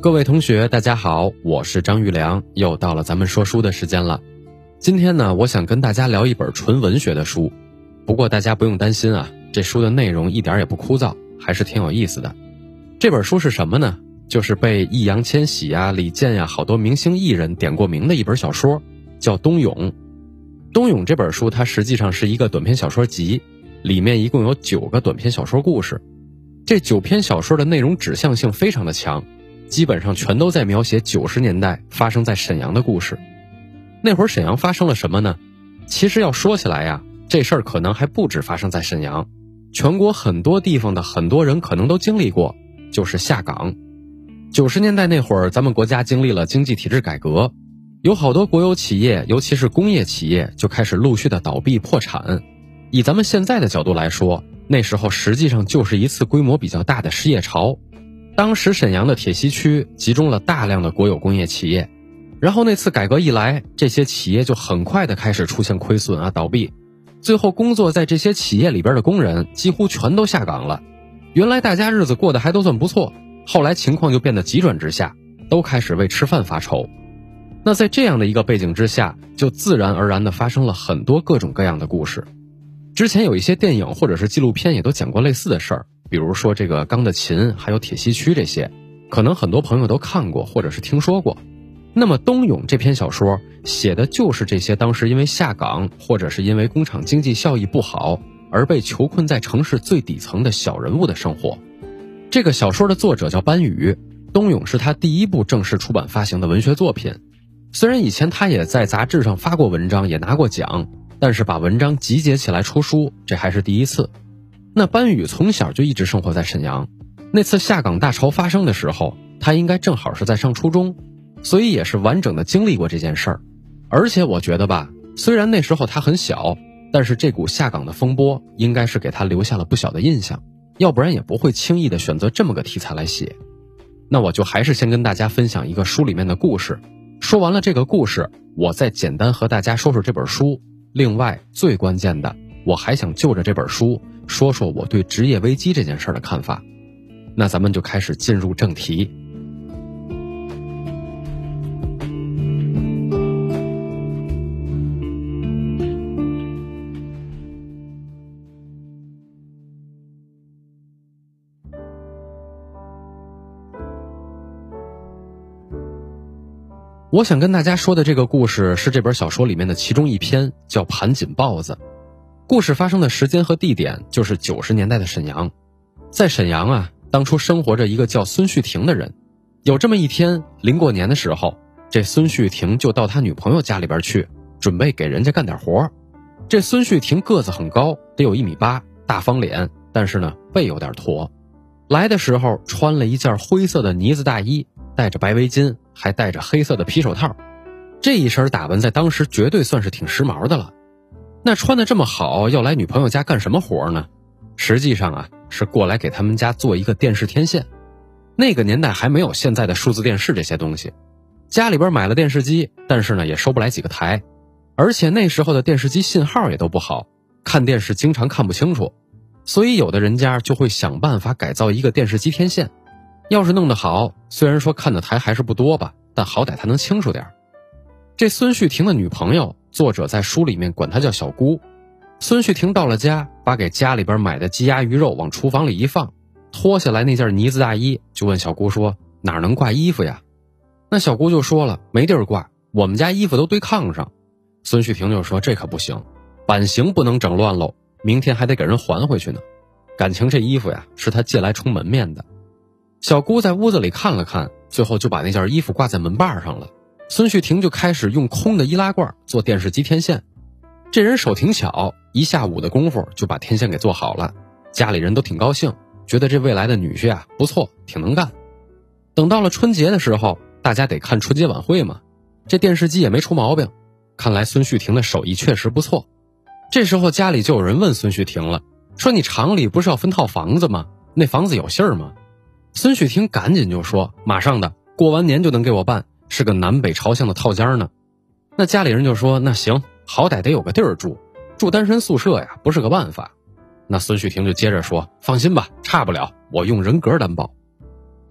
各位同学大家好，我是张玉良，又到了咱们说书的时间了。今天呢，我想跟大家聊一本纯文学的书，不过大家不用担心啊，这书的内容一点也不枯燥，还是挺有意思的。这本书是什么呢？就是被易烊千玺啊、李健呀好多明星艺人点过名的一本小说，叫《冬泳》。《冬泳》这本书它实际上是一个短篇小说集，里面一共有9个短篇小说故事。这9篇小说的内容指向性非常的强，基本上全都在描写90年代发生在沈阳的故事。那会儿沈阳发生了什么呢？其实要说起来呀，这事儿可能还不止发生在沈阳，全国很多地方的很多人可能都经历过，就是下岗。90年代那会儿，咱们国家经历了经济体制改革，有好多国有企业，尤其是工业企业就开始陆续的倒闭破产。以咱们现在的角度来说，那时候实际上就是一次规模比较大的失业潮。当时沈阳的铁西区集中了大量的国有工业企业，然后那次改革一来，这些企业就很快的开始出现亏损啊、倒闭，最后工作在这些企业里边的工人几乎全都下岗了。原来大家日子过得还都算不错，后来情况就变得急转直下，都开始为吃饭发愁。那在这样的一个背景之下，就自然而然的发生了很多各种各样的故事。之前有一些电影或者是纪录片也都讲过类似的事儿，比如说这个钢的琴还有铁西区这些，可能很多朋友都看过或者是听说过。那么《冬泳》这篇小说写的就是这些当时因为下岗或者是因为工厂经济效益不好而被囚困在城市最底层的小人物的生活。这个小说的作者叫班宇，《冬泳》是他第一部正式出版发行的文学作品。虽然以前他也在杂志上发过文章，也拿过奖，但是把文章集结起来出书，这还是第一次。那班宇从小就一直生活在沈阳，那次下岗大潮发生的时候，他应该正好是在上初中，所以也是完整的经历过这件事儿。而且我觉得吧，虽然那时候他很小，但是这股下岗的风波应该是给他留下了不小的印象，要不然也不会轻易的选择这么个题材来写。那我就还是先跟大家分享一个书里面的故事，说完了这个故事，我再简单和大家说说这本书。另外最关键的，我还想就着这本书说说我对职业危机这件事的看法。那咱们就开始进入正题。我想跟大家说的这个故事是这本小说里面的其中一篇，叫《盘锦豹子》。故事发生的时间和地点就是90年代的沈阳。在沈阳啊，当初生活着一个叫孙旭婷的人。有这么一天，临过年的时候，这孙旭婷就到他女朋友家里边去，准备给人家干点活。这孙旭婷个子很高，得有1.8米，大方脸，但是呢，背有点驼。来的时候穿了一件灰色的呢子大衣，戴着白围巾，还戴着黑色的皮手套。这一身打扮在当时绝对算是挺时髦的了。那穿得这么好，要来女朋友家干什么活呢？实际上啊，是过来给他们家做一个电视天线。那个年代还没有现在的数字电视这些东西，家里边买了电视机，但是呢也收不来几个台，而且那时候的电视机信号也都不好，看电视经常看不清楚，所以有的人家就会想办法改造一个电视机天线。要是弄得好，虽然说看的台还是不多吧，但好歹他能清楚点。这孙旭婷的女朋友，作者在书里面管她叫小姑。孙旭婷到了家，把给家里边买的鸡鸭鱼肉往厨房里一放，脱下来那件呢子大衣，就问小姑说，哪能挂衣服呀？那小姑就说了，没地儿挂，我们家衣服都堆炕上。孙旭婷就说，这可不行，版型不能整乱喽，明天还得给人还回去呢。感情这衣服呀，是他借来充门面的。小姑在屋子里看了看，最后就把那件衣服挂在门把上了。孙旭婷就开始用空的易拉罐做电视机天线。这人手挺巧，一下午的功夫就把天线给做好了，家里人都挺高兴，觉得这未来的女婿啊不错，挺能干。等到了春节的时候，大家得看春节晚会嘛，这电视机也没出毛病，看来孙旭婷的手艺确实不错。这时候家里就有人问孙旭婷了，说你厂里不是要分套房子吗？那房子有信儿吗？孙旭婷赶紧就说，马上的，过完年就能给我办，是个南北朝向的套间呢。那家里人就说，那行，好歹得有个地儿住，住单身宿舍呀不是个办法。那孙旭婷就接着说，放心吧，差不了，我用人格担保。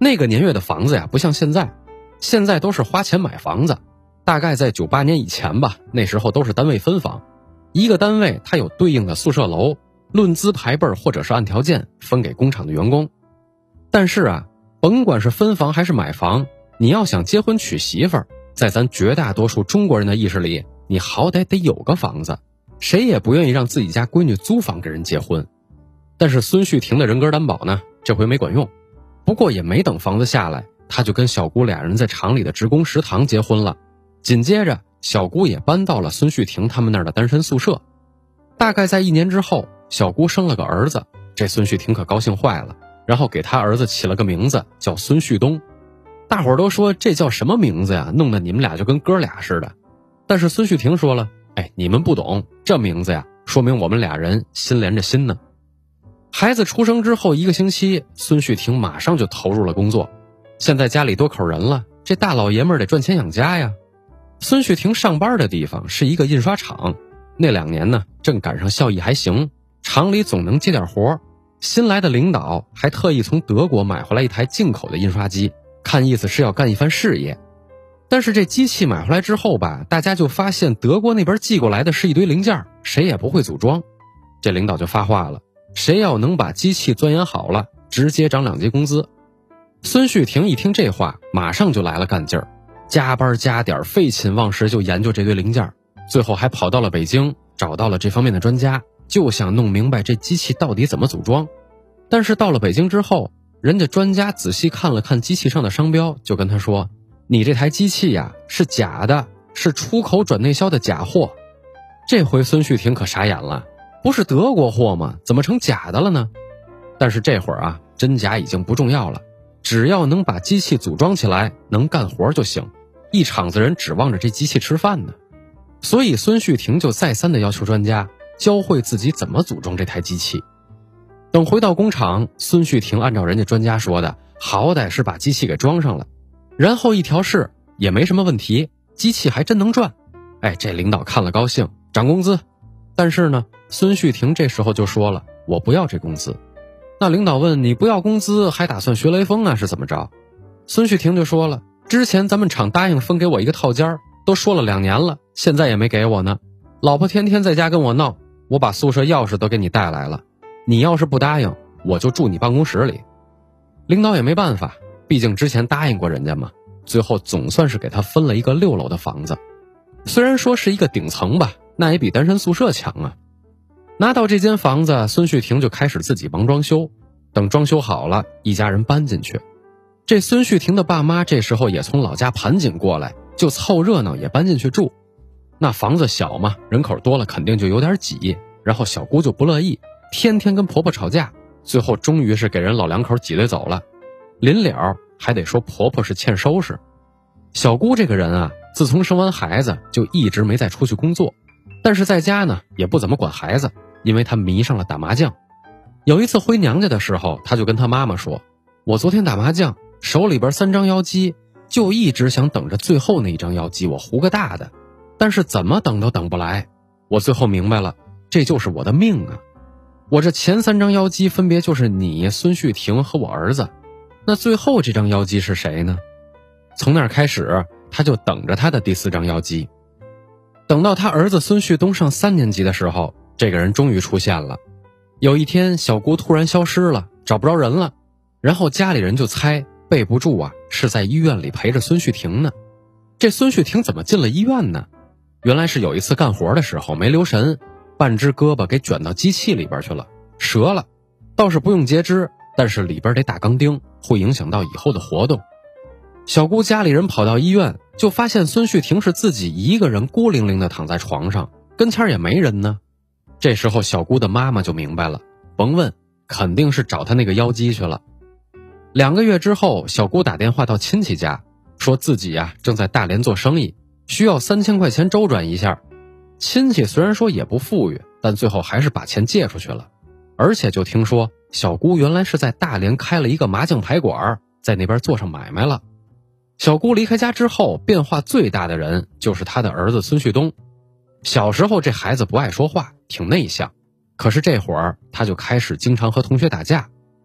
那个年月的房子呀，不像现在，现在都是花钱买房子。大概在98年以前吧，那时候都是单位分房，一个单位它有对应的宿舍楼，论资排辈或者是按条件分给工厂的员工。但是啊，甭管是分房还是买房，你要想结婚娶媳妇儿，在咱绝大多数中国人的意识里，你好歹得有个房子，谁也不愿意让自己家闺女租房跟人结婚。但是孙旭婷的人格担保呢，这回没管用。不过也没等房子下来，他就跟小姑俩人在厂里的职工食堂结婚了。紧接着小姑也搬到了孙旭婷他们那儿的单身宿舍。大概在1年之后，小姑生了个儿子，这孙旭婷可高兴坏了，然后给他儿子起了个名字叫孙旭东。大伙儿都说这叫什么名字呀，弄得你们俩就跟哥俩似的。但是孙旭婷说了，你们不懂，这名字呀，说明我们俩人心连着心呢。孩子出生之后1个星期，孙旭婷马上就投入了工作。现在家里多口人了，这大老爷们儿得赚钱养家呀。孙旭婷上班的地方是一个印刷厂，那2年呢，正赶上效益还行，厂里总能接点活。新来的领导还特意从德国买回来一台进口的印刷机，看意思是要干一番事业。但是这机器买回来之后吧，大家就发现德国那边寄过来的是一堆零件，谁也不会组装。这领导就发话了，谁要能把机器钻研好了，直接涨2级工资。孙旭婷一听这话，马上就来了干劲儿，加班加点，废寝忘食就研究这堆零件，最后还跑到了北京，找到了这方面的专家，就想弄明白这机器到底怎么组装。但是到了北京之后，人家专家仔细看了看机器上的商标，就跟他说，你这台机器呀，是假的，是出口转内销的假货。这回孙旭婷可傻眼了，不是德国货吗？怎么成假的了呢？但是这会儿啊，真假已经不重要了，只要能把机器组装起来，能干活就行。一厂子人指望着这机器吃饭呢。所以孙旭婷就再三的要求专家教会自己怎么组装这台机器。等回到工厂，孙旭婷按照人家专家说的，好歹是把机器给装上了，然后一调试也没什么问题，机器还真能转。这领导看了高兴，涨工资。但是呢，孙旭婷这时候就说了，我不要这工资。那领导问，你不要工资还打算学雷锋啊，是怎么着？孙旭婷就说了，之前咱们厂答应分给我一个套间，都说了2年了，现在也没给我呢。老婆天天在家跟我闹，我把宿舍钥匙都给你带来了，你要是不答应，我就住你办公室里。领导也没办法，毕竟之前答应过人家嘛，最后总算是给他分了一个6楼的房子。虽然说是一个顶层吧，那也比单身宿舍强啊。拿到这间房子，孙旭婷就开始自己忙装修，等装修好了，一家人搬进去。这孙旭婷的爸妈这时候也从老家盘锦过来，就凑热闹也搬进去住。那房子小嘛，人口多了肯定就有点挤，然后小姑就不乐意，天天跟婆婆吵架，最后终于是给人老两口挤兑走了。临了还得说婆婆是欠收拾。小姑这个人啊，自从生完孩子就一直没再出去工作，但是在家呢也不怎么管孩子，因为她迷上了打麻将。有一次回娘家的时候，她就跟她妈妈说，我昨天打麻将，手里边3张妖姬，就一直想等着最后那一张妖姬，我胡个大的，但是怎么等都等不来。我最后明白了，这就是我的命啊。我这前3张妖姬分别就是你、孙旭婷和我儿子，那最后这张妖姬是谁呢？从那儿开始，他就等着他的第4张妖姬。等到他儿子孙旭东上3年级的时候，这个人终于出现了。有一天，小姑突然消失了，找不着人了，然后家里人就猜，备不住啊，是在医院里陪着孙旭婷呢。这孙旭婷怎么进了医院呢？原来是有一次干活的时候没留神，半只胳膊给卷到机器里边去了，折了。倒是不用截肢，但是里边得打钢钉，会影响到以后的活动。小姑家里人跑到医院，就发现孙旭婷是自己一个人孤零零的躺在床上，跟前也没人呢。这时候小姑的妈妈就明白了，甭问，肯定是找她那个妖姬去了。2个月之后，小姑打电话到亲戚家，说自己正在大连做生意，需要3000块钱周转一下。亲戚虽然说也不富裕，但最后还是把钱借出去了。而且就听说小姑原来是在大连开了一个麻将牌馆，在那边做上买卖了。小姑离开家之后，变化最大的人就是她的儿子孙旭东。小时候这孩子不爱说话，挺内向，可是这会儿他就开始经常和同学打架。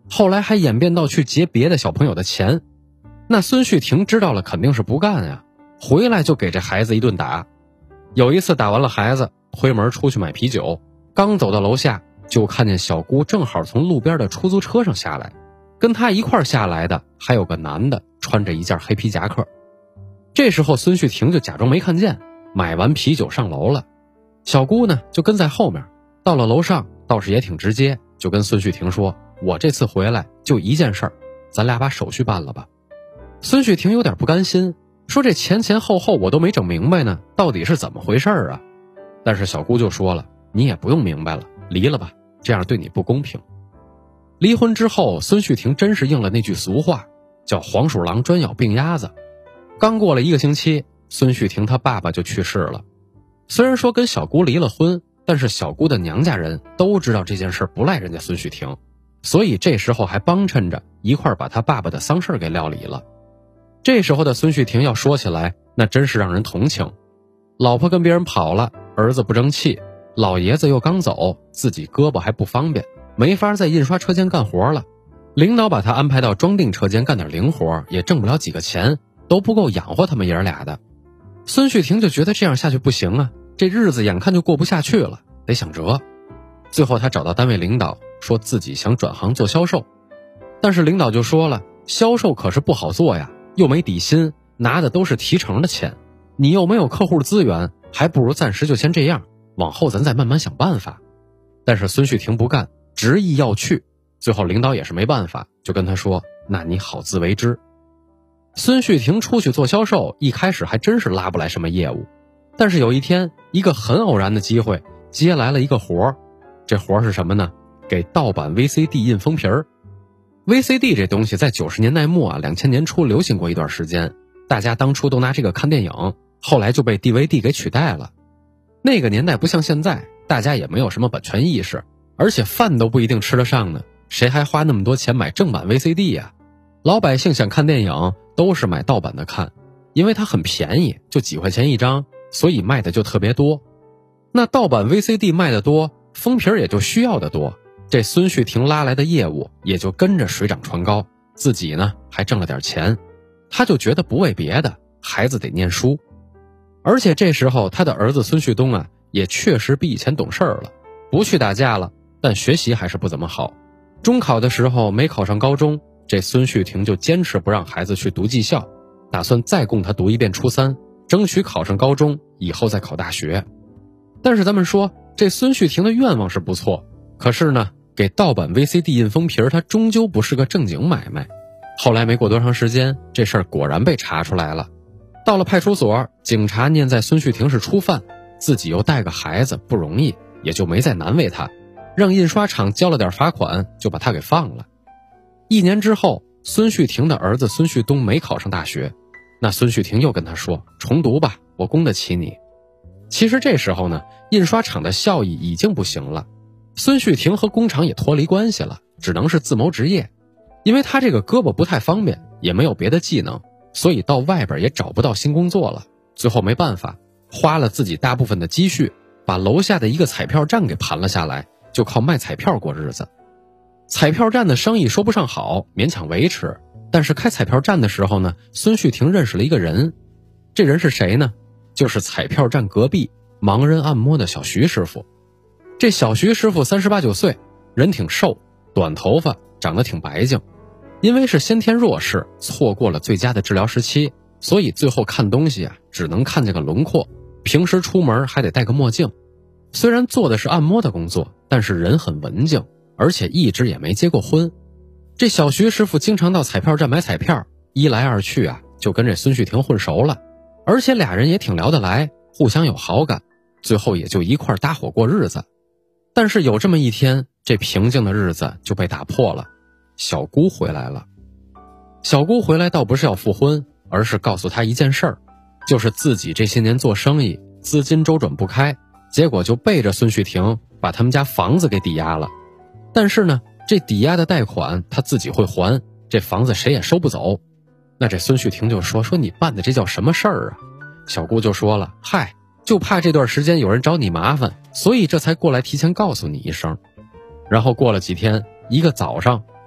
后来还演变到去劫别的小朋友的钱。那孙旭婷知道了肯定是不干呀，回来就给这孩子一顿打。有一次打完了孩子，推门出去买啤酒，刚走到楼下就看见小姑正好从路边的出租车上下来，跟她一块下来的还有个男的，穿着一件黑皮夹克。这时候孙旭婷就假装没看见，买完啤酒上楼了。小姑呢就跟在后面，到了楼上倒是也挺直接，就跟孙旭婷说，我这次回来就一件事儿，咱俩把手续办了吧。孙旭婷有点不甘心，说这前前后后我都没整明白呢，到底是怎么回事啊？但是小姑就说了，你也不用明白了，离了吧，这样对你不公平。离婚之后，孙旭婷真是应了那句俗话，叫黄鼠狼专咬病鸭子。刚过了1个星期，孙旭婷她爸爸就去世了。虽然说跟小姑离了婚，但是小姑的娘家人都知道这件事不赖人家孙旭婷，所以这时候还帮衬着一块把他爸爸的丧事给料理了。这时候的孙旭婷要说起来，那真是让人同情。老婆跟别人跑了，儿子不争气，老爷子又刚走，自己胳膊还不方便，没法在印刷车间干活了。领导把他安排到装订车间干点零活，也挣不了几个钱，都不够养活他们爷儿俩的。孙旭婷就觉得这样下去不行啊，这日子眼看就过不下去了，得想辙。最后他找到单位领导，说自己想转行做销售。但是领导就说了，销售可是不好做呀，又没底薪，拿的都是提成的钱，你又没有客户资源，还不如暂时就先这样，往后咱再慢慢想办法。但是孙旭婷不干，执意要去，最后领导也是没办法，就跟他说，那你好自为之。孙旭婷出去做销售，一开始还真是拉不来什么业务，但是有一天，一个很偶然的机会接来了一个活儿。这活儿是什么呢？给盗版 VCD 印封皮儿。VCD 这东西在90年代末2000年初流行过一段时间，大家当初都拿这个看电影，后来就被 DVD 给取代了。那个年代不像现在，大家也没有什么版权意识，而且饭都不一定吃得上呢，谁还花那么多钱买正版 VCD 呀？老百姓想看电影都是买盗版的看，因为它很便宜，就几块钱一张，所以卖的就特别多。那盗版 VCD 卖的多，封皮也就需要的多，这孙旭婷拉来的业务也就跟着水涨船高，自己呢还挣了点钱。他就觉得不为别的，孩子得念书。而且这时候他的儿子孙旭东也确实比以前懂事了，不去打架了，但学习还是不怎么好。中考的时候没考上高中，这孙旭婷就坚持不让孩子去读技校，打算再供他读一遍初3，争取考上高中，以后再考大学。但是咱们说，这孙旭婷的愿望是不错，可是呢，给盗版 VCD 印封皮它终究不是个正经买卖。后来没过多长时间，这事儿果然被查出来了。到了派出所，警察念在孙旭婷是初犯，自己又带个孩子不容易，也就没再难为他，让印刷厂交了点罚款，就把他给放了。1年之后，孙旭婷的儿子孙旭东没考上大学，那孙旭婷又跟他说，重读吧，我供得起你。其实这时候呢，印刷厂的效益已经不行了，孙旭婷和工厂也脱离关系了，只能是自谋职业。因为他这个胳膊不太方便，也没有别的技能，所以到外边也找不到新工作了。最后没办法，花了自己大部分的积蓄，把楼下的一个彩票站给盘了下来，就靠卖彩票过日子。彩票站的生意说不上好，勉强维持，但是开彩票站的时候呢，孙旭婷认识了一个人。这人是谁呢？就是彩票站隔壁盲人按摩的小徐师傅。这小徐师傅38、9岁，人挺瘦，短头发，长得挺白净。因为是先天弱视，错过了最佳的治疗时期，所以最后看东西只能看见个轮廓，平时出门还得戴个墨镜。虽然做的是按摩的工作，但是人很文静，而且一直也没结过婚。这小徐师傅经常到彩票站买彩票，一来二去就跟这孙旭婷混熟了，而且俩人也挺聊得来，互相有好感，最后也就一块搭伙过日子。但是有这么一天，这平静的日子就被打破了。小姑回来了。小姑回来倒不是要复婚，而是告诉她一件事儿，就是自己这些年做生意资金周转不开，结果就背着孙旭婷把他们家房子给抵押了。但是呢，这抵押的贷款他自己会还，这房子谁也收不走。那这孙旭婷就说你办的这叫什么事儿啊？小姑就说了，嗨，就怕这段时间有人找你麻烦，所以这才过来提前告诉你一声。然后过了几天，一个早上，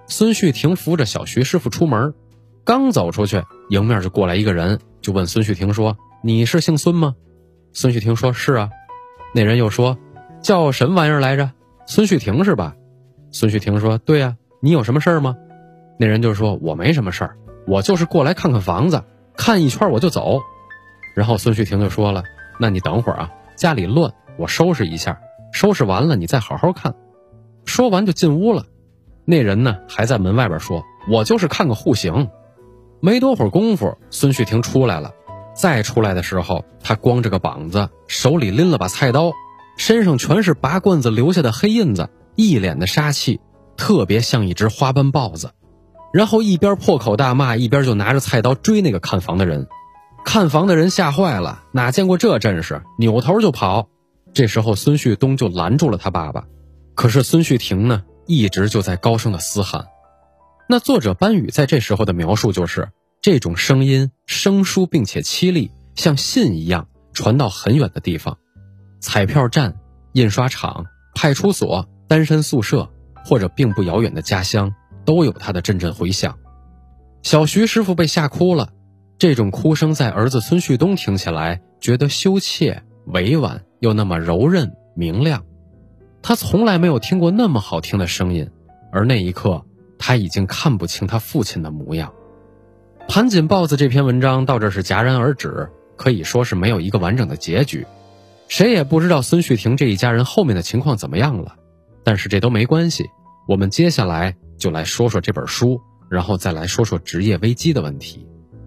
孙旭婷扶着小徐师傅出门，刚走出去，迎面就过来一个人，就问孙旭婷说：“你是姓孙吗？”孙旭婷说：“是啊。”那人又说：“叫什么玩意儿来着？孙旭婷是吧？”孙旭婷说：“对啊，你有什么事儿吗？”那人就说：“我没什么事儿，我就是过来看看房子，看一圈我就走。”然后孙旭婷就说了：“那你等会儿啊，家里乱，我收拾一下，收拾完了你再好好看。”说完就进屋了。那人呢还在门外边说：“我就是看个户型。”没多会儿功夫，孙旭婷出来了。再出来的时候，他光着个膀子，手里拎了把菜刀，身上全是拔罐子留下的黑印子，一脸的杀气，特别像一只花斑豹子。然后一边破口大骂，一边就拿着菜刀追那个看房的人。看房的人吓坏了，哪见过这阵势，扭头就跑。这时候孙旭东就拦住了他爸爸，可是孙旭婷呢，一直就在高声的嘶喊。那作者班宇在这时候的描述就是，这种声音生疏并且凄厉，像信一样传到很远的地方。彩票站、印刷厂、派出所、单身宿舍，或者并不遥远的家乡，都有他的阵阵回响。小徐师傅被吓哭了，这种哭声在儿子孙旭东听起来觉得羞怯、委婉，又那么柔韧明亮。他从来没有听过那么好听的声音，而那一刻他已经看不清他父亲的模样。盘锦豹子这篇文章到这是戛然而止，可以说是没有一个完整的结局，谁也不知道孙旭婷这一家人后面的情况怎么样了。但是这都没关系，我们接下来就来说说这本书，然后再来说说职业危机的问题。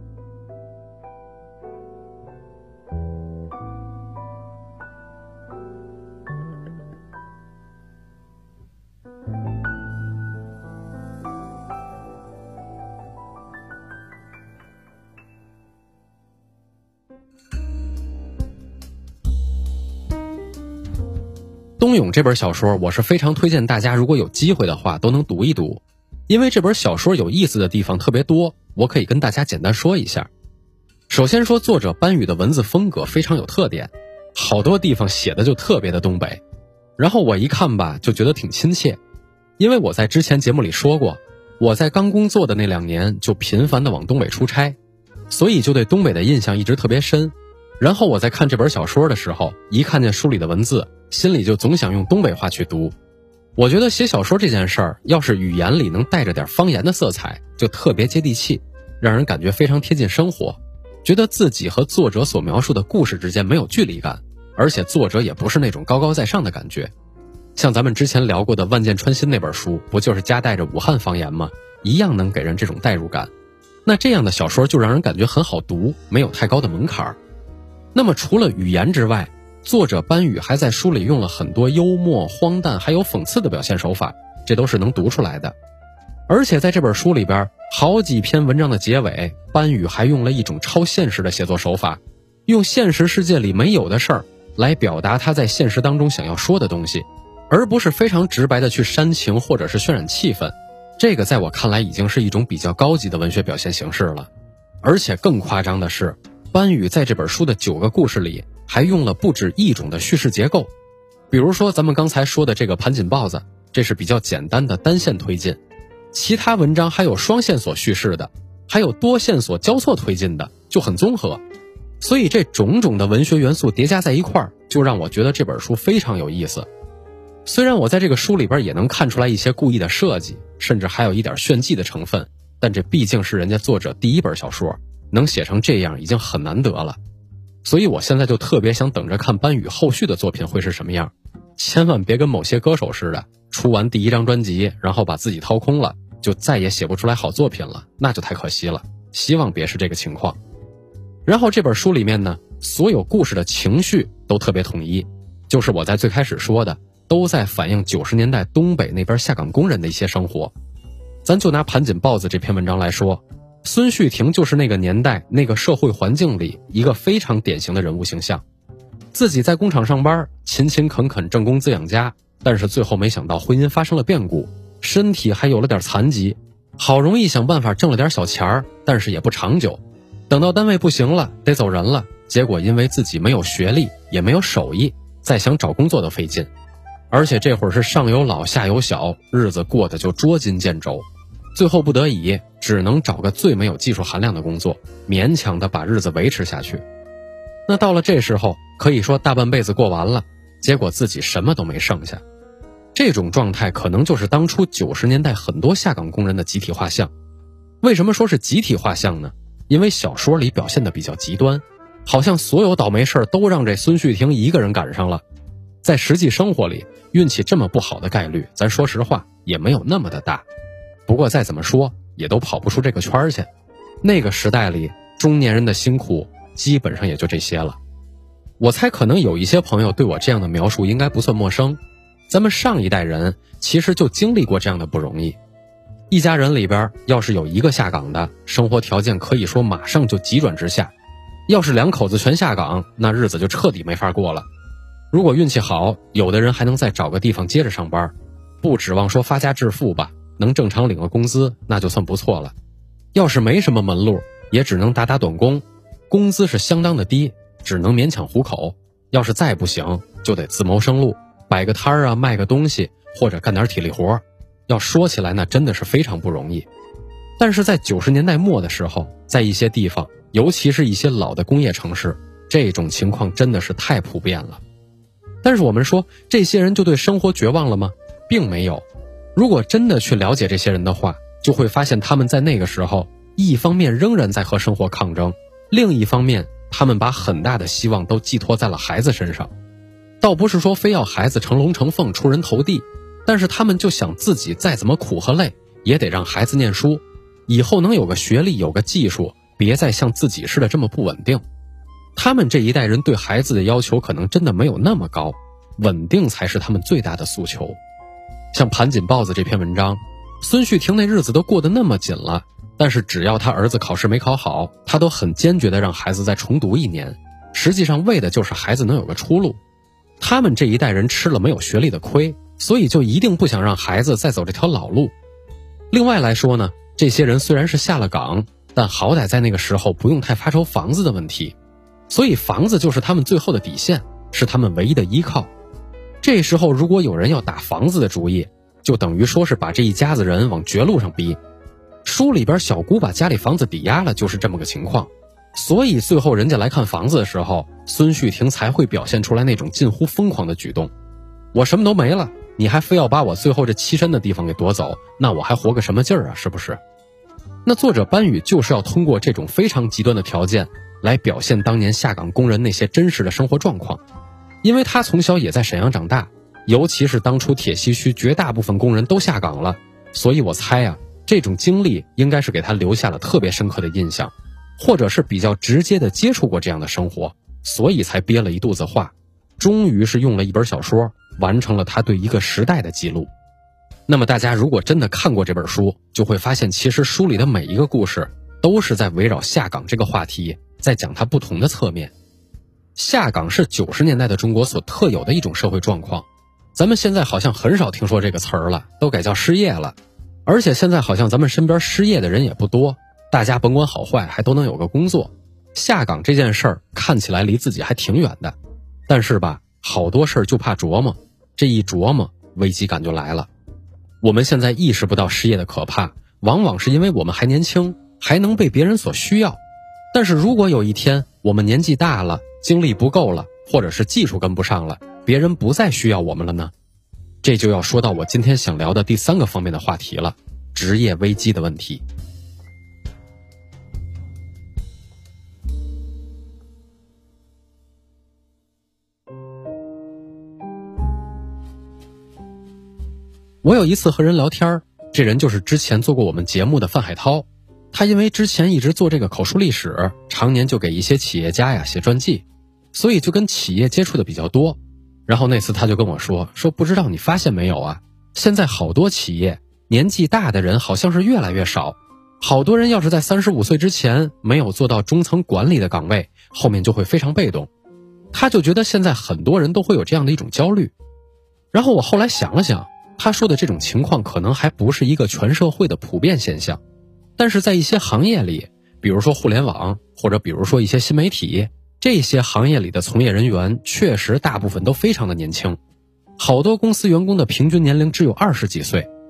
冬泳这本小说，我是非常推荐大家，如果有机会的话都能读一读，因为这本小说有意思的地方特别多，我可以跟大家简单说一下。首先说作者班宇的文字风格非常有特点，好多地方写的就特别的东北，然后我一看吧就觉得挺亲切。因为我在之前节目里说过，我在刚工作的那2年就频繁的往东北出差，所以就对东北的印象一直特别深。然后我在看这本小说的时候，一看见书里的文字，心里就总想用东北话去读。我觉得写小说这件事儿，要是语言里能带着点方言的色彩，就特别接地气，让人感觉非常贴近生活，觉得自己和作者所描述的故事之间没有距离感，而且作者也不是那种高高在上的感觉。像咱们之前聊过的《万箭穿心》那本书，不就是夹带着武汉方言吗？一样能给人这种代入感。那这样的小说就让人感觉很好读，没有太高的门槛。那么除了语言之外，作者班宇还在书里用了很多幽默、荒诞还有讽刺的表现手法，这都是能读出来的。而且在这本书里边，好几篇文章的结尾，班宇还用了一种超现实的写作手法，用现实世界里没有的事儿来表达他在现实当中想要说的东西，而不是非常直白的去煽情或者是渲染气氛。这个在我看来已经是一种比较高级的文学表现形式了。而且更夸张的是，班宇在这本书的9个故事里还用了不止一种的叙事结构。比如说咱们刚才说的这个盘锦豹子，这是比较简单的单线推进，其他文章还有双线索叙事的，还有多线索交错推进的，就很综合。所以这种种的文学元素叠加在一块儿，就让我觉得这本书非常有意思。虽然我在这个书里边也能看出来一些故意的设计，甚至还有一点炫技的成分，但这毕竟是人家作者第1本小说，能写成这样已经很难得了。所以我现在就特别想等着看班宇后续的作品会是什么样，千万别跟某些歌手似的，出完第1张专辑，然后把自己掏空了，就再也写不出来好作品了，那就太可惜了。希望别是这个情况。然后这本书里面呢，所有故事的情绪都特别统一，就是我在最开始说的，都在反映90年代东北那边下岗工人的一些生活。咱就拿盘锦豹子这篇文章来说，孙旭婷就是那个年代那个社会环境里一个非常典型的人物形象。自己在工厂上班，勤勤恳恳挣工资养家，但是最后没想到婚姻发生了变故，身体还有了点残疾，好容易想办法挣了点小钱儿，但是也不长久。等到单位不行了，得走人了，结果因为自己没有学历也没有手艺，再想找工作都费劲。而且这会儿是上有老下有小，日子过得就捉襟见肘。 最后不得已只能找个最没有技术含量的工作，勉强的把日子维持下去。那到了这时候，可以说大半辈子过完了，结果自己什么都没剩下。这种状态可能就是当初90年代很多下岗工人的集体画像。为什么说是集体画像呢？因为小说里表现的比较极端，好像所有倒霉事都让这孙旭婷一个人赶上了。在实际生活里，运气这么不好的概率，咱说实话也没有那么的大。不过再怎么说，也都跑不出这个圈去。那个时代里，中年人的辛苦基本上也就这些了。我猜可能有一些朋友对我这样的描述应该不算陌生。咱们上一代人其实就经历过这样的不容易。一家人里边要是有一个下岗的，生活条件可以说马上就急转直下。要是2口子全下岗，那日子就彻底没法过了。如果运气好，有的人还能再找个地方接着上班，不指望说发家致富吧，能正常领个工资那就算不错了。要是没什么门路，也只能打打短工，工资是相当的低，只能勉强糊口。要是再不行，就得自谋生路，摆个摊啊，卖个东西，或者干点体力活。要说起来那真的是非常不容易。但是在90年代末的时候，在一些地方，尤其是一些老的工业城市，这种情况真的是太普遍了。但是我们说这些人就对生活绝望了吗？并没有。如果真的去了解这些人的话，就会发现他们在那个时候，一方面仍然在和生活抗争，另一方面他们把很大的希望都寄托在了孩子身上。倒不是说非要孩子成龙成凤出人头地，但是他们就想自己再怎么苦和累，也得让孩子念书，以后能有个学历，有个技术，别再像自己似的这么不稳定。他们这一代人对孩子的要求可能真的没有那么高，稳定才是他们最大的诉求。像盘锦豹子这篇文章，孙旭婷那日子都过得那么紧了，但是只要他儿子考试没考好，他都很坚决地让孩子再重读1年，实际上为的就是孩子能有个出路。他们这一代人吃了没有学历的亏，所以就一定不想让孩子再走这条老路。另外来说呢，这些人虽然是下了岗，但好歹在那个时候不用太发愁房子的问题，所以房子就是他们最后的底线，是他们唯一的依靠。这时候如果有人要打房子的主意，就等于说是把这一家子人往绝路上逼。书里边小姑把家里房子抵押了，就是这么个情况。所以最后人家来看房子的时候，孙旭婷才会表现出来那种近乎疯狂的举动。我什么都没了，你还非要把我最后这栖身的地方给夺走，那我还活个什么劲儿啊，是不是？那作者班宇就是要通过这种非常极端的条件来表现当年下岗工人那些真实的生活状况。因为他从小也在沈阳长大，尤其是当初铁西区绝大部分工人都下岗了，所以我猜啊，这种经历应该是给他留下了特别深刻的印象，或者是比较直接的接触过这样的生活，所以才憋了一肚子话，终于是用了一本小说完成了他对一个时代的记录。那么大家如果真的看过这本书，就会发现其实书里的每一个故事都是在围绕下岗这个话题，在讲它不同的侧面。下岗是90年代的中国所特有的一种社会状况，咱们现在好像很少听说这个词儿了，都改叫失业了。而且现在好像咱们身边失业的人也不多，大家甭管好坏还都能有个工作。下岗这件事儿看起来离自己还挺远的，但是吧，好多事儿就怕琢磨，这一琢磨危机感就来了。我们现在意识不到失业的可怕，往往是因为我们还年轻，还能被别人所需要。但是如果有一天我们年纪大了，精力不够了，或者是技术跟不上了，别人不再需要我们了呢？这就要说到我今天想聊的第3个方面的话题了，职业危机的问题。我有一次和人聊天，这人就是之前做过我们节目的范海涛。他因为之前一直做这个口述历史，常年就给一些企业家呀写传记，所以就跟企业接触的比较多。然后那次他就跟我说不知道你发现没有啊，现在好多企业年纪大的人好像是越来越少，好多人要是在35岁之前没有做到中层管理的岗位，后面就会非常被动。他就觉得现在很多人都会有这样的一种焦虑。然后我后来想了想，他说的这种情况可能还不是一个全社会的普遍现象，但是在一些行业里，比如说互联网，或者比如说一些新媒体，这些行业里的从业人员确实大部分都非常的年轻，好多公司员工的平均年龄只有20几岁。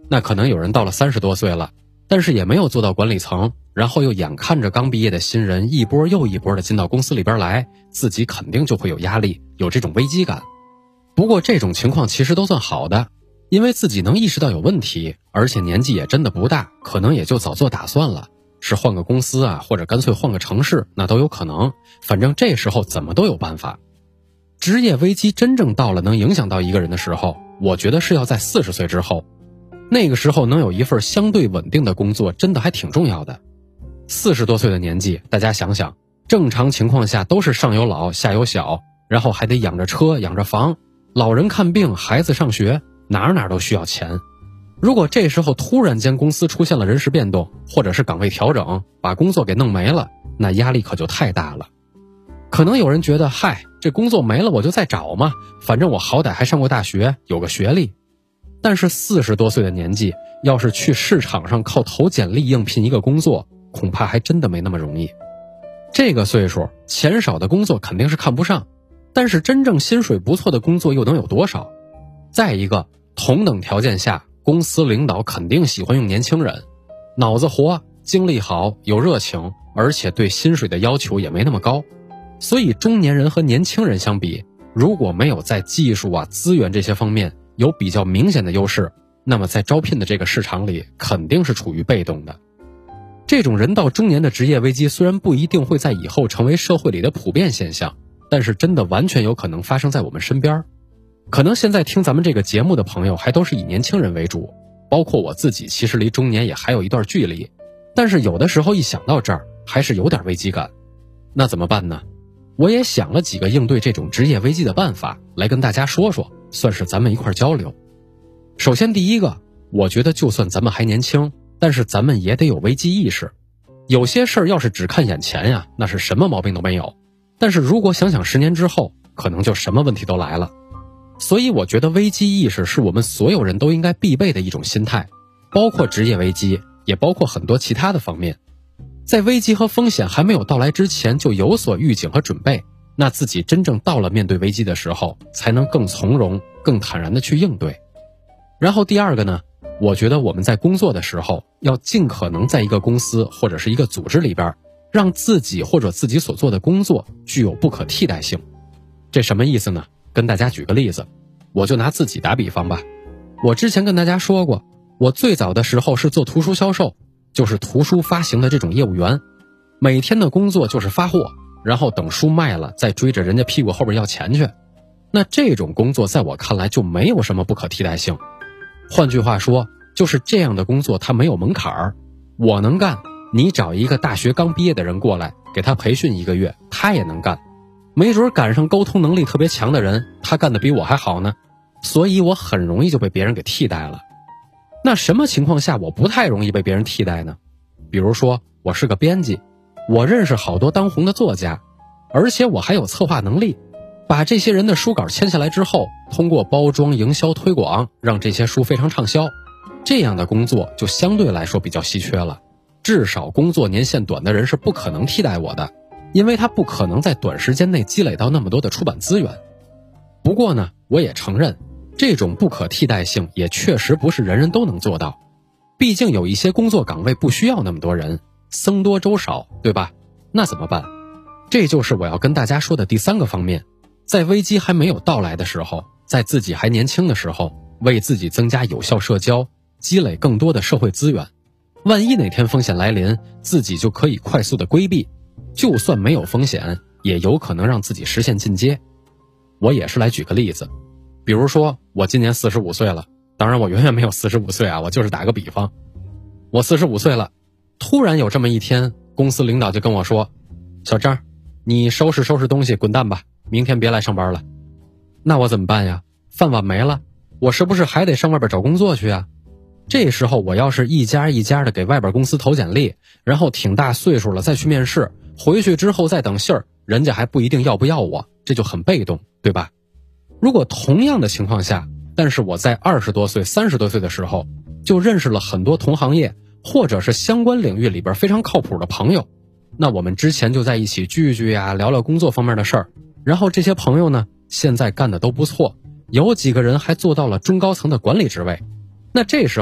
那可能有人到了30多岁了，但是也没有做到管理层，然后又眼看着刚毕业的新人一波又一波的进到公司里边来，自己肯定就会有压力，有这种危机感。不过这种情况其实都算好的，因为自己能意识到有问题，而且年纪也真的不大，可能也就早做打算了，是换个公司啊，或者干脆换个城市，那都有可能，反正这时候怎么都有办法。职业危机真正到了能影响到一个人的时候，我觉得是要在40岁之后，那个时候能有一份相对稳定的工作真的还挺重要的。40多岁的年纪，大家想想，正常情况下都是上有老下有小，然后还得养着车养着房，老人看病孩子上学，哪都需要钱。如果这时候突然间公司出现了人事变动，或者是岗位调整，把工作给弄没了，那压力可就太大了。可能有人觉得，嗨，这工作没了我就再找嘛，反正我好歹还上过大学，有个学历。但是40多岁的年纪，要是去市场上靠投简历应聘一个工作，恐怕还真的没那么容易。这个岁数，钱少的工作肯定是看不上，但是真正薪水不错的工作又能有多少？再一个，同等条件下，公司领导肯定喜欢用年轻人，脑子活，精力好，有热情，而且对薪水的要求也没那么高。所以中年人和年轻人相比，如果没有在技术啊、资源这些方面有比较明显的优势，那么在招聘的这个市场里肯定是处于被动的。这种人到中年的职业危机虽然不一定会在以后成为社会里的普遍现象，但是真的完全有可能发生在我们身边。可能现在听咱们这个节目的朋友还都是以年轻人为主，包括我自己其实离中年也还有一段距离，但是有的时候一想到这儿还是有点危机感。那怎么办呢？我也想了几个应对这种职业危机的办法，来跟大家说说，算是咱们一块交流。首先第一个，我觉得就算咱们还年轻，但是咱们也得有危机意识。有些事儿要是只看眼前呀，那是什么毛病都没有，但是如果想想10年之后，可能就什么问题都来了。所以我觉得危机意识是我们所有人都应该必备的一种心态，包括职业危机，也包括很多其他的方面。在危机和风险还没有到来之前就有所预警和准备，那自己真正到了面对危机的时候，才能更从容、更坦然地去应对。然后第二个呢，我觉得我们在工作的时候，要尽可能在一个公司或者是一个组织里边，让自己或者自己所做的工作具有不可替代性。这什么意思呢？跟大家举个例子，我就拿自己打比方吧。我之前跟大家说过，我最早的时候是做图书销售，就是图书发行的这种业务员，每天的工作就是发货，然后等书卖了再追着人家屁股后边要钱去。那这种工作在我看来就没有什么不可替代性。换句话说，就是这样的工作它没有门槛儿，我能干，你找一个大学刚毕业的人过来，给他培训1个月，他也能干。没准赶上沟通能力特别强的人，他干得比我还好呢，所以我很容易就被别人给替代了。那什么情况下我不太容易被别人替代呢？比如说我是个编辑，我认识好多当红的作家，而且我还有策划能力，把这些人的书稿签下来之后，通过包装、营销、推广，让这些书非常畅销。这样的工作就相对来说比较稀缺了，至少工作年限短的人是不可能替代我的，因为他不可能在短时间内积累到那么多的出版资源。不过呢，我也承认，这种不可替代性也确实不是人人都能做到，毕竟有一些工作岗位不需要那么多人，僧多粥少，对吧？那怎么办？这就是我要跟大家说的第3个方面，在危机还没有到来的时候，在自己还年轻的时候，为自己增加有效社交，积累更多的社会资源，万一哪天风险来临，自己就可以快速的规避，就算没有风险，也有可能让自己实现进阶。我也是来举个例子，比如说我今年45岁了，当然我远远没有45岁啊，我就是打个比方。我45岁了，突然有这么一天，公司领导就跟我说，小张，你收拾收拾东西滚蛋吧，明天别来上班了。那我怎么办呀？饭碗没了，我是不是还得上外边找工作去啊？这时候我要是一家一家的给外边公司投简历，然后挺大岁数了再去面试，回去之后再等信儿，人家还不一定要不要我，这就很被动，对吧？如果同样的情况下，但是我在20多岁、30多岁的时候，就认识了很多同行业或者是相关领域里边非常靠谱的朋友，那我们之前就在一起聚聚呀，聊聊工作方面的事儿，然后这些朋友呢，现在干的都不错，有几个人还做到了中高层的管理职位。那这时候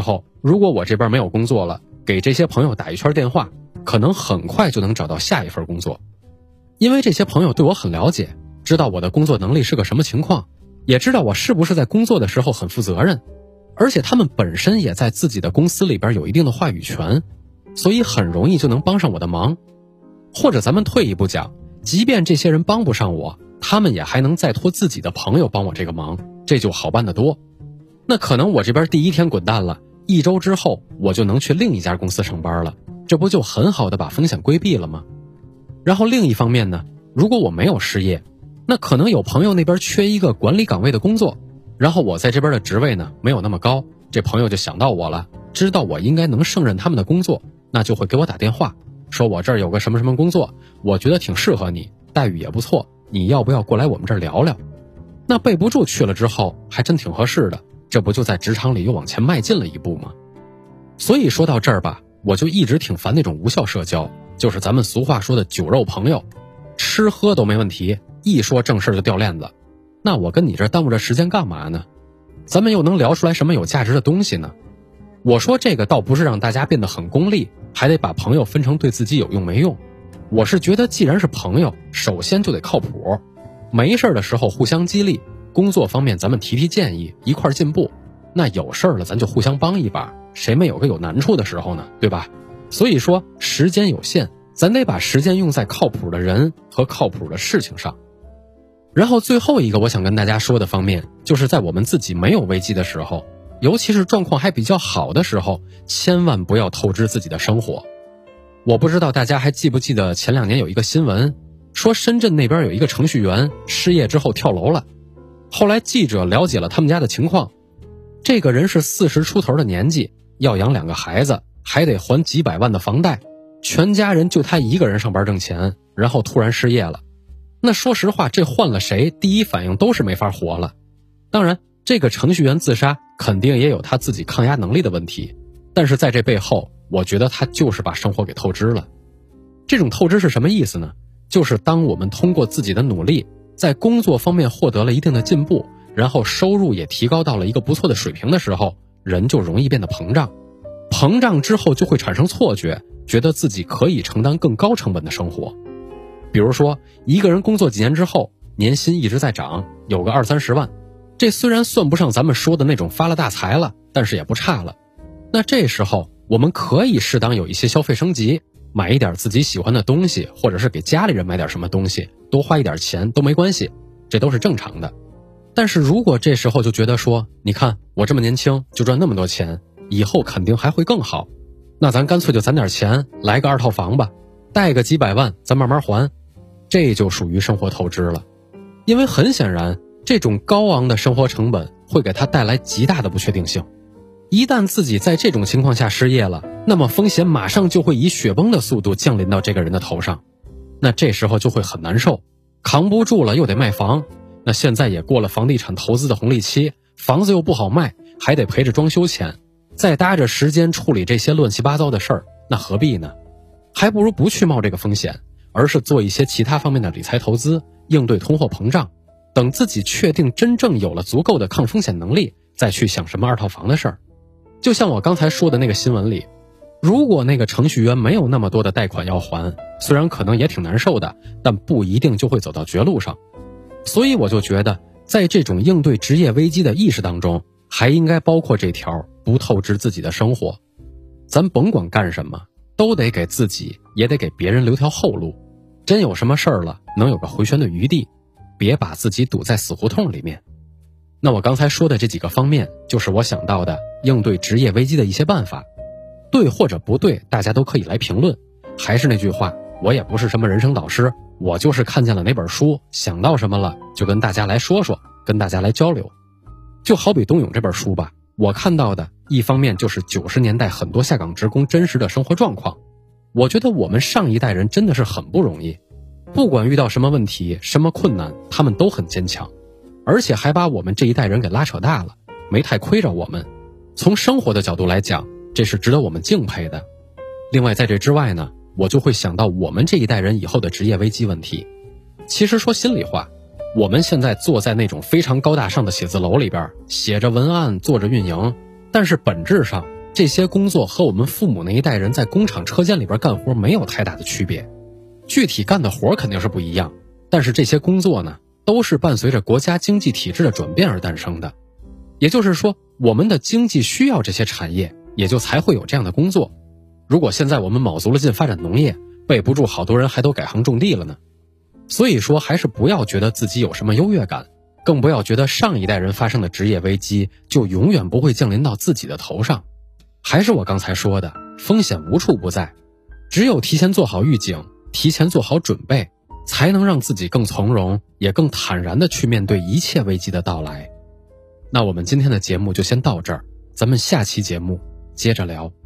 如果我这边没有工作了，给这些朋友打一圈电话，可能很快就能找到下一份工作。因为这些朋友对我很了解，知道我的工作能力是个什么情况，也知道我是不是在工作的时候很负责任，而且他们本身也在自己的公司里边有一定的话语权，所以很容易就能帮上我的忙。或者咱们退一步讲，即便这些人帮不上我，他们也还能再托自己的朋友帮我这个忙，这就好办得多。那可能我这边第一天滚蛋了，1周之后我就能去另一家公司上班了，这不就很好的把风险规避了吗？然后另一方面呢，如果我没有失业，那可能有朋友那边缺一个管理岗位的工作，然后我在这边的职位呢没有那么高，这朋友就想到我了，知道我应该能胜任他们的工作，那就会给我打电话，说我这儿有个什么什么工作，我觉得挺适合你，待遇也不错，你要不要过来我们这儿聊聊？那备不住去了之后还真挺合适的，这不就在职场里又往前迈进了一步吗？所以说到这儿吧，我就一直挺烦那种无效社交，就是咱们俗话说的酒肉朋友，吃喝都没问题，一说正事就掉链子。那我跟你这耽误着时间干嘛呢？咱们又能聊出来什么有价值的东西呢？我说这个倒不是让大家变得很功利，还得把朋友分成对自己有用没用。我是觉得既然是朋友，首先就得靠谱，没事的时候互相激励，工作方面咱们提建议，一块进步，那有事了咱就互相帮一把，谁没有个有难处的时候呢，对吧？所以说时间有限，咱得把时间用在靠谱的人和靠谱的事情上。然后最后一个我想跟大家说的方面，就是在我们自己没有危机的时候，尤其是状况还比较好的时候，千万不要透支自己的生活。我不知道大家还记不记得前2年有一个新闻，说深圳那边有一个程序员失业之后跳楼了。后来记者了解了他们家的情况，这个人是40出头的年纪，要养2个孩子，还得还几百万的房贷，全家人就他一个人上班挣钱，然后突然失业了。那说实话，这换了谁，第一反应都是没法活了。当然，这个程序员自杀肯定也有他自己抗压能力的问题，但是在这背后，我觉得他就是把生活给透支了。这种透支是什么意思呢？就是当我们通过自己的努力，在工作方面获得了一定的进步，然后收入也提高到了一个不错的水平的时候，人就容易变得膨胀。膨胀之后就会产生错觉，觉得自己可以承担更高成本的生活。比如说，一个人工作几年之后，年薪一直在涨，有个20-30万，这虽然算不上咱们说的那种发了大财了，但是也不差了。那这时候我们可以适当有一些消费升级，买一点自己喜欢的东西，或者是给家里人买点什么东西，多花一点钱都没关系，这都是正常的。但是如果这时候就觉得说，你看我这么年轻就赚那么多钱，以后肯定还会更好，那咱干脆就攒点钱来个2套房吧，贷个几百万咱慢慢还，这就属于生活透支了。因为很显然，这种高昂的生活成本会给他带来极大的不确定性。一旦自己在这种情况下失业了，那么风险马上就会以雪崩的速度降临到这个人的头上。那这时候就会很难受，扛不住了又得卖房，那现在也过了房地产投资的红利期，房子又不好卖，还得赔着装修钱，再搭着时间处理这些乱七八糟的事儿，那何必呢？还不如不去冒这个风险，而是做一些其他方面的理财投资，应对通货膨胀，等自己确定真正有了足够的抗风险能力，再去想什么2套房的事儿。就像我刚才说的那个新闻里，如果那个程序员没有那么多的贷款要还，虽然可能也挺难受的，但不一定就会走到绝路上。所以我就觉得，在这种应对职业危机的意识当中，还应该包括这条不透支自己的生活。咱甭管干什么，都得给自己也得给别人留条后路，真有什么事儿了能有个回旋的余地，别把自己堵在死胡同里面。那我刚才说的这几个方面，就是我想到的应对职业危机的一些办法，对或者不对大家都可以来评论。还是那句话，我也不是什么人生导师，我就是看见了哪本书，想到什么了就跟大家来说说，跟大家来交流。就好比冬泳这本书吧，我看到的一方面就是90年代很多下岗职工真实的生活状况。我觉得我们上一代人真的是很不容易，不管遇到什么问题什么困难，他们都很坚强，而且还把我们这一代人给拉扯大了，没太亏着我们。从生活的角度来讲，这是值得我们敬佩的。另外在这之外呢，我就会想到我们这一代人以后的职业危机问题。其实说心里话，我们现在坐在那种非常高大上的写字楼里边，写着文案做着运营，但是本质上这些工作和我们父母那一代人在工厂车间里边干活没有太大的区别，具体干的活肯定是不一样，但是这些工作呢，都是伴随着国家经济体制的转变而诞生的。也就是说，我们的经济需要这些产业，也就才会有这样的工作。如果现在我们卯足了劲发展农业，备不住好多人还都改行种地了呢。所以说，还是不要觉得自己有什么优越感，更不要觉得上一代人发生的职业危机就永远不会降临到自己的头上。还是我刚才说的，风险无处不在，只有提前做好预警，提前做好准备，才能让自己更从容，也更坦然地去面对一切危机的到来。那我们今天的节目就先到这儿，咱们下期节目接着聊。